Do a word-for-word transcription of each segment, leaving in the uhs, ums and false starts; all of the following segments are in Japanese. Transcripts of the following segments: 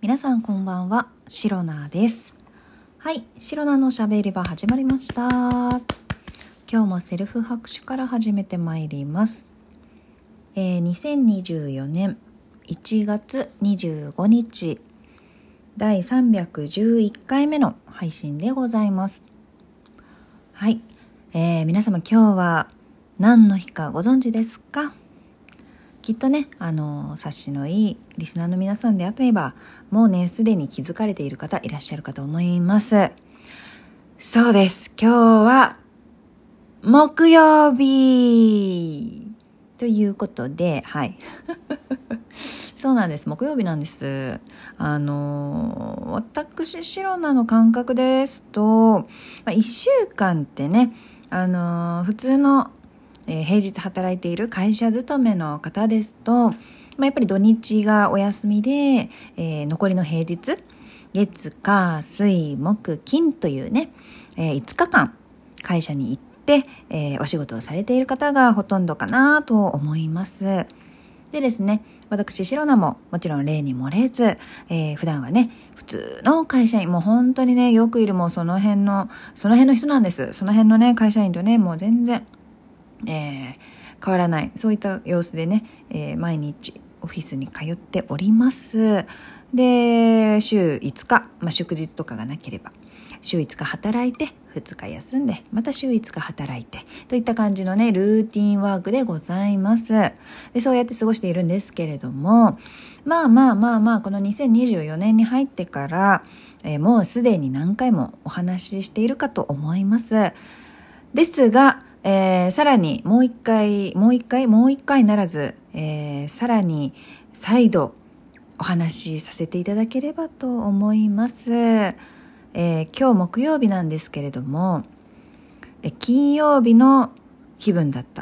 皆さんこんばんは、シロナです。はい、シロナのしゃべり場始まりました。今日もセルフ拍手から始めてまいります。えー、にせんにじゅうよねんいちがつにじゅうごにちだいさんびゃくじゅういっかいめの配信でございます。はい、えー、皆様今日は何の日かご存知ですか？きっとね、あの察しのいいリスナーの皆さんであればもうねすでに気づかれている方いらっしゃるかと思います。そうです、今日は木曜日ということで、はいそうなんです、木曜日なんです。あの私シロナの感覚ですと、まあ、いっしゅうかんってね、あの普通のえー、平日働いている会社勤めの方ですと、まあ、やっぱり土日がお休みで、えー、残りの平日月火水木金というね、えー、いつかかん会社に行って、えー、お仕事をされている方がほとんどかなと思います。でですね、私シロナももちろん例に漏れず、えー、普段はね普通の会社員、もう本当にねよくいるもうその辺のその辺の人なんです。その辺のね会社員とねもう全然えー、変わらない、そういった様子でね、えー、毎日オフィスに通っております。で、週いつか、まあ、祝日とかがなければ週いつか働いてふつか休んでまた週いつか働いてといった感じのねルーティンワークでございます。で、そうやって過ごしているんですけれども、まあまあまあまあこのにせんにじゅうよねんに入ってから、えー、もうすでに何回もお話ししているかと思います。ですがえー、さらにもう一回もう一回もう一回ならず、えー、さらに再度お話しさせていただければと思います。えー、今日木曜日なんですけれども、え金曜日の気分だった、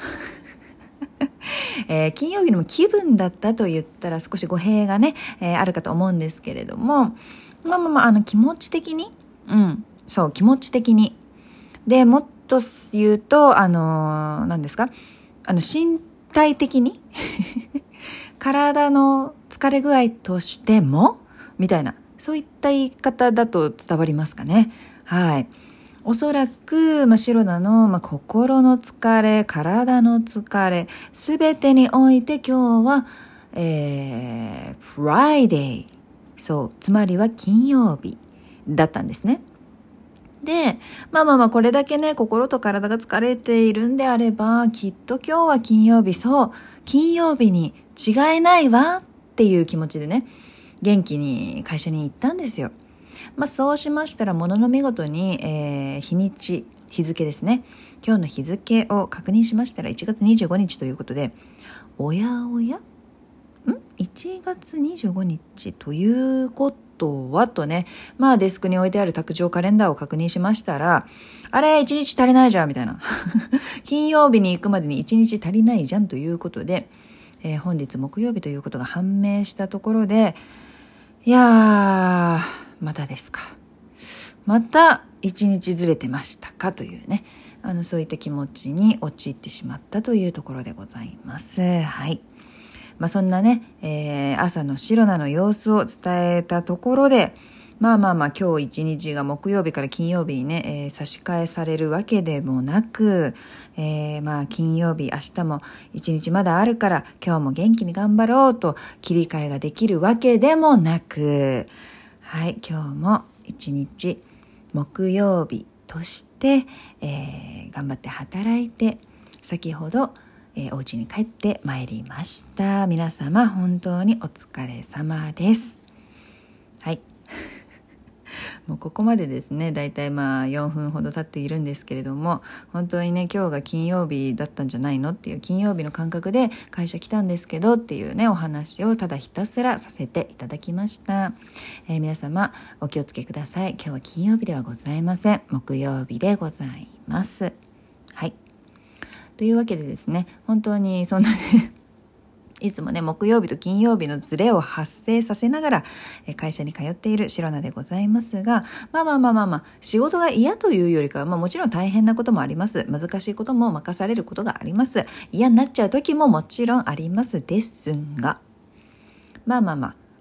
えー、金曜日の気分だったと言ったら少し語弊がね、えー、あるかと思うんですけれども、まあまあまああの気持ち的にうんそう気持ち的にでもっと言うと、あのー、何ですか、あの身体的に体の疲れ具合としてもみたいな、そういった言い方だと伝わりますかね。はい。おそらく、まあ、シロナの、まあ、心の疲れ、体の疲れ、すべてにおいて今日は、えー、フライデー、そう、つまりは金曜日だったんですね。で、まあまあまあこれだけね心と体が疲れているんであればきっと今日は金曜日、そう金曜日に違いないわっていう気持ちでね元気に会社に行ったんですよ。まあそうしましたらものの見事に、えー、日にち日付ですね、今日の日付を確認しましたらいちがつにじゅうごにちということで、おやおやんいちがつにじゅうごにちということはとね、まあデスクに置いてある卓上カレンダーを確認しましたら、あれいちにち足りないじゃんみたいな金曜日に行くまでにいちにち足りないじゃんということで、えー、本日木曜日ということが判明したところで、いやーまたですか、またいちにちずれてましたかというね、あのそういった気持ちに陥ってしまったというところでございます。はい。まあ、そんなね、えー、朝のシロナの様子を伝えたところで、まあまあまあ今日一日が木曜日から金曜日にね、えー、差し替えされるわけでもなく、えー、まあ金曜日明日も一日まだあるから今日も元気に頑張ろうと切り替えができるわけでもなく、はい、今日も一日木曜日として、えー、頑張って働いて先ほどえー、お家に帰ってまいりました。皆様本当にお疲れ様です。はいもうここまでですねだいたいまあよんぷんほど経っているんですけれども、本当にね今日が金曜日だったんじゃないのっていう、金曜日の感覚で会社来たんですけどっていうねお話をただひたすらさせていただきました。えー、皆様お気をつけください。今日は金曜日ではございません、木曜日でございます。はい、というわけでですね、本当にそんなねいつもね木曜日と金曜日のズレを発生させながら会社に通っているシロナでございますが、まあまあまあまあまあ仕事が嫌というよりかは、まあ、もちろん大変なこともあります。難しいことも任されることがあります。嫌になっちゃう時ももちろんありますですが、まあまあまあ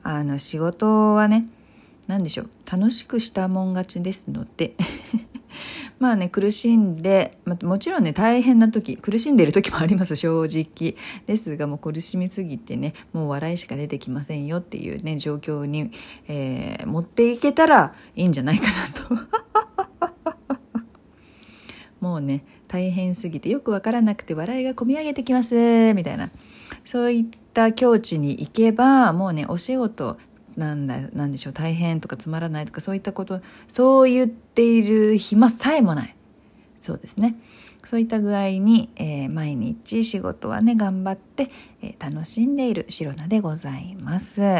あの仕事はね、何でしょう、楽しくしたもん勝ちですのでまあね、苦しんで、まあ、もちろんね大変な時、苦しんでいる時もあります、正直ですが、もう苦しみすぎてね、もう笑いしか出てきませんよっていうね状況に、えー、持っていけたらいいんじゃないかなともうね大変すぎてよくわからなくて笑いがこみ上げてきますみたいな、そういった境地に行けば、もうねお仕事なんだ、なんでしょう、大変とかつまらないとかそういったこと、そう言っている暇さえもない。そうですね。そういった具合に、えー、毎日仕事はね頑張って、えー、楽しんでいるシロナでございます。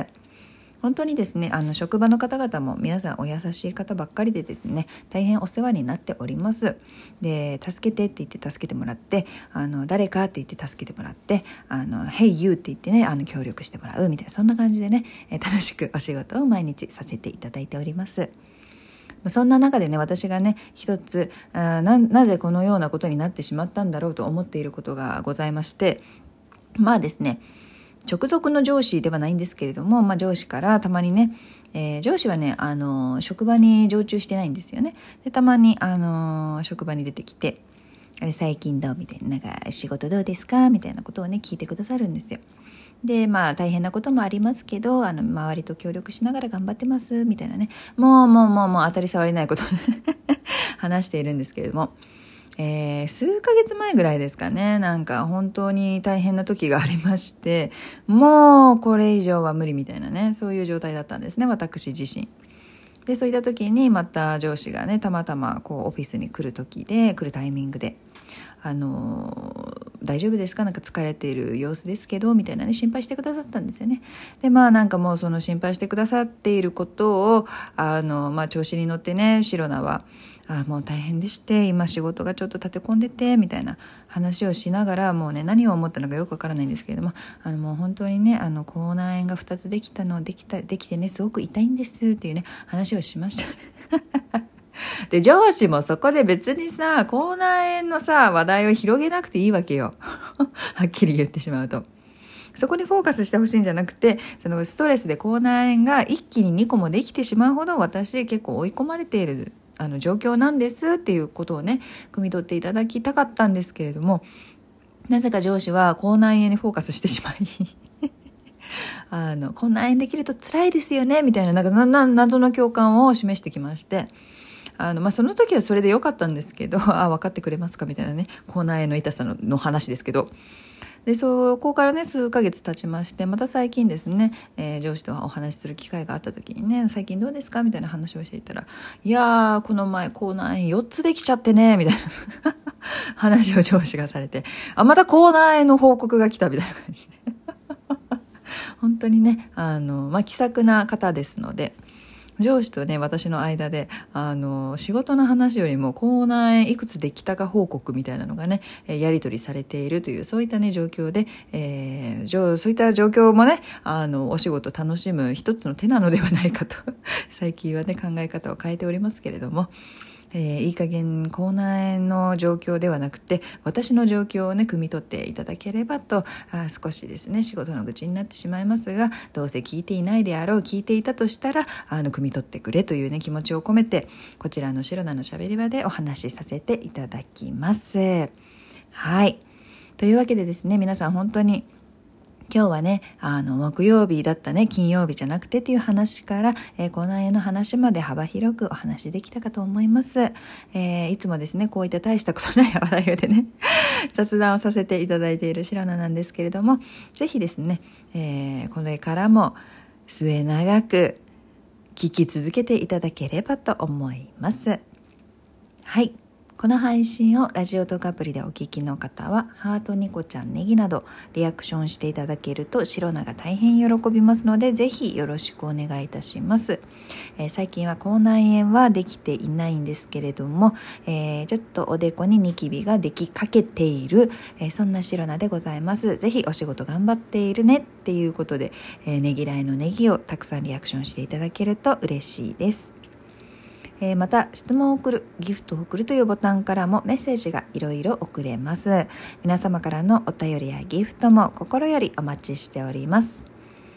本当にですね、あの職場の方々も皆さんお優しい方ばっかりでですね、大変お世話になっております。で、助けてって言って助けてもらって、あの誰かって言って助けてもらって、あの Hey you って言ってね、あの協力してもらうみたいな、そんな感じでね、え楽しくお仕事を毎日させていただいております。そんな中でね、私がね一つあ な, なぜこのようなことになってしまったんだろうと思っていることがございまして、まあですね、直属の上司ではないんですけれども、まあ、上司からたまにね、えー、上司はね、あのー、職場に常駐してないんですよね。でたまに、あのー、職場に出てきて、最近どうみたいな、なんか仕事どうですかみたいなことをね聞いてくださるんですよ。でまあ大変なこともありますけど、あの周りと協力しながら頑張ってますみたいなね、もうもうもうもう当たり障りないことを話しているんですけれども、えー、数ヶ月前ぐらいですかね、なんか本当に大変な時がありまして、もうこれ以上は無理みたいなね、そういう状態だったんですね、私自身で。そういった時にまた上司がねたまたまこうオフィスに来る時で来るタイミングで、あのー、大丈夫ですか、なんか疲れている様子ですけどみたいなね、心配してくださったんですよね。でまあなんかもうその心配してくださっていることを、あの、まあ、調子に乗ってね、シロナはあもう大変でして、今仕事がちょっと立て込んでてみたいな話をしながら、もうね何を思ったのかよくわからないんですけれども、あのもう本当にね、あの口内炎がふたつできたのできたできてね、すごく痛いんですっていうね話をしましたで上司もそこで別にさ、口内炎のさ話題を広げなくていいわけよはっきり言ってしまうと、そこにフォーカスしてほしいんじゃなくて、そのストレスで口内炎が一気ににこもできてしまうほど私結構追い込まれているあの状況なんですっていうことをね汲み取っていただきたかったんですけれども、なぜか上司は口内炎にフォーカスしてしまいあの口内炎できると辛いですよねみたいな、なんかなな謎の共感を示してきまして、あの、まあ、その時はそれで良かったんですけど、あ、分かってくれますかみたいなね、口内炎の痛さ の, の話ですけど、でそこからね数ヶ月経ちまして、また最近ですね、えー、上司とお話しする機会があった時にね、最近どうですかみたいな話をしていたら、いやーこの前口内炎よっつできちゃってねみたいな話を上司がされて、あまた口内炎の報告が来たみたいな感じで本当にね、あの、まあ、気さくな方ですので、上司とね私の間で、あの仕事の話よりも口内炎いくつできたか報告みたいなのがねやり取りされているという、そういったね状況で、えー、そういった状況もね、あのお仕事楽しむ一つの手なのではないかと最近はね考え方を変えておりますけれども、えー、いい加減口内炎の状況ではなくて私の状況をね汲み取っていただければと、あ少しですね仕事の愚痴になってしまいますが、どうせ聞いていないであろう、聞いていたとしたらあの汲み取ってくれというね気持ちを込めて、こちらのシロナのしゃべり場でお話しさせていただきます。はい、というわけでですね、皆さん本当に今日はね、あの木曜日だったね、金曜日じゃなくてっていう話から、えー、口内炎の話まで幅広くお話できたかと思います。えー、いつもですねこういった大したことない話題でね雑談をさせていただいているシロナなんですけれども、ぜひですね、えー、これからも末永く聞き続けていただければと思います。はい、この配信をラジオトークアプリでお聞きの方はハート、ニコちゃん、ネギなどリアクションしていただけるとシロナが大変喜びますので、ぜひよろしくお願いいたします。えー、最近は口内炎はできていないんですけれども、えー、ちょっとおでこにニキビができかけている、えー、そんなシロナでございます。ぜひお仕事頑張っているねっていうことで、えー、ねぎらいのネギをたくさんリアクションしていただけると嬉しいです。えー、また質問を送る、ギフトを送るというボタンからもメッセージがいろいろ送れます。皆様からのお便りやギフトも心よりお待ちしております。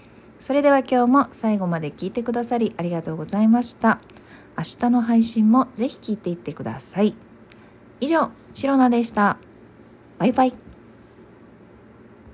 それでは今日も最後まで聞いてくださりありがとうございました。明日の配信もぜひ聞いていってください。以上、シロナでした。バイバイ。